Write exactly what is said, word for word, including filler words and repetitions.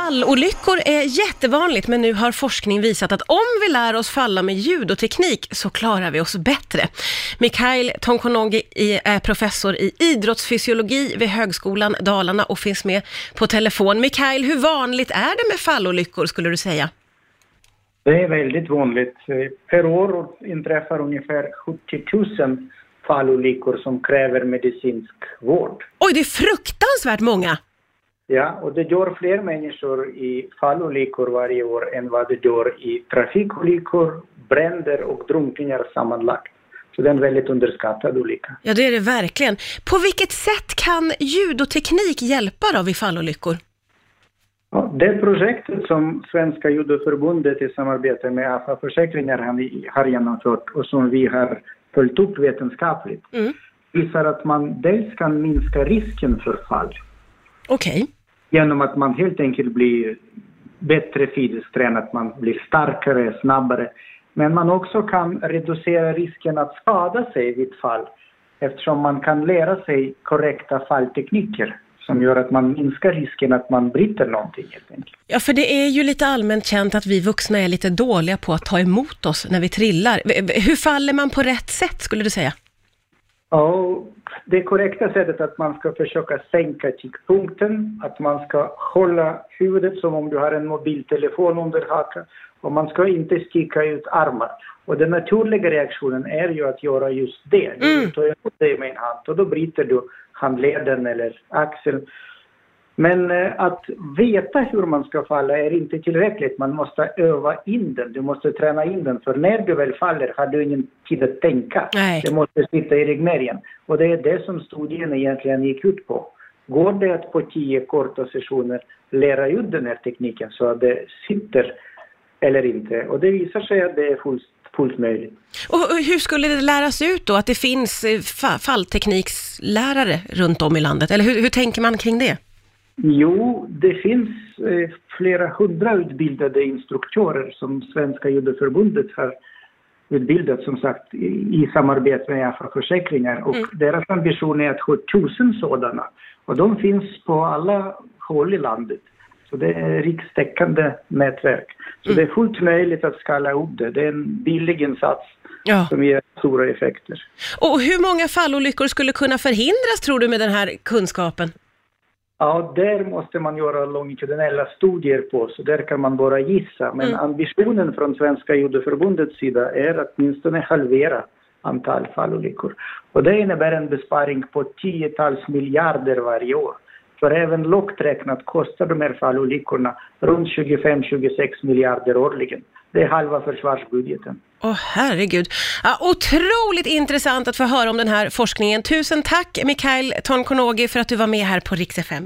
Fallolyckor är jättevanligt, men nu har forskning visat att om vi lär oss falla med judoteknik så klarar vi oss bättre. Mikhail Tonkonogi är professor i idrottsfysiologi vid Högskolan Dalarna och finns med på telefon. Mikhail, hur vanligt är det med fallolyckor skulle du säga? Det är väldigt vanligt. Per år inträffar ungefär sjuttio tusen fallolyckor som kräver medicinsk vård. Oj, det är fruktansvärt många! Ja, och det dör fler människor i fallolyckor varje år än vad det dör i trafikolyckor, bränder och drunkningar sammanlagt. Så det är en väldigt underskattad olycka. Ja, det är det verkligen. På vilket sätt kan judoteknik hjälpa då vid fallolyckor? Ja, det projektet som Svenska judoförbundet i samarbete med A F A-försäkringar har genomfört och som vi har följt upp vetenskapligt mm. visar att man dels kan minska risken för fall. Okej. Okay. Genom att man helt enkelt blir bättre fysiskt tränad, att man blir starkare, snabbare. Men man också kan reducera risken att skada sig vid fall eftersom man kan lära sig korrekta falltekniker som gör att man minskar risken att man bryter någonting helt enkelt. Ja, för det är ju lite allmänt känt att vi vuxna är lite dåliga på att ta emot oss när vi trillar. Hur faller man på rätt sätt skulle du säga? Ja, det korrekta sättet är att man ska försöka sänka kickpunkten, att man ska hålla huvudet som om du har en mobiltelefon under hakan och man ska inte sticka ut armar. Och den naturliga reaktionen är ju att göra just det. Du tar emot dig med en hand och då bryter du handleden eller axeln. Men eh, att veta hur man ska falla är inte tillräckligt. Man måste öva in den. Du måste träna in den. För när du väl faller har du ingen tid att tänka. Nej. Det måste sitta i ryggmärgen. Och det är det som studien egentligen gick ut på. Går det att på tio korta sessioner lära ut den här tekniken så att det sitter eller inte? Och det visar sig att det är fullt, fullt möjligt. Och hur skulle det läras ut då? Att det finns fallteknikslärare runt om i landet? Eller hur, hur tänker man kring det? Jo, det finns eh, flera hundra utbildade instruktörer som Svenska judoförbundet har utbildat som sagt i, i samarbete med A F A-försäkringar och mm. deras ambition är att ha tusen sådana och de finns på alla håll i landet. Så det är rikstäckande nätverk. Så mm. det är fullt möjligt att skala upp det. Det är en billig insats ja. som ger stora effekter. Och hur många fallolyckor skulle kunna förhindras tror du med den här kunskapen? Ja, där måste man göra longitudinella studier på, så där kan man bara gissa. Men mm. ambitionen från Svenska judoförbundets sida är att åtminstone halvera antal fallolyckor. Och det innebär en besparing på tiotals miljarder varje år. För även lågt räknat kostar de här fallolyckorna runt tjugofem till tjugosex miljarder årligen. Det är halva försvarsbudgeten. Åh oh, herregud. Ja, otroligt intressant att få höra om den här forskningen. Tusen tack Mikhail Tonkonogi för att du var med här på Rix F M.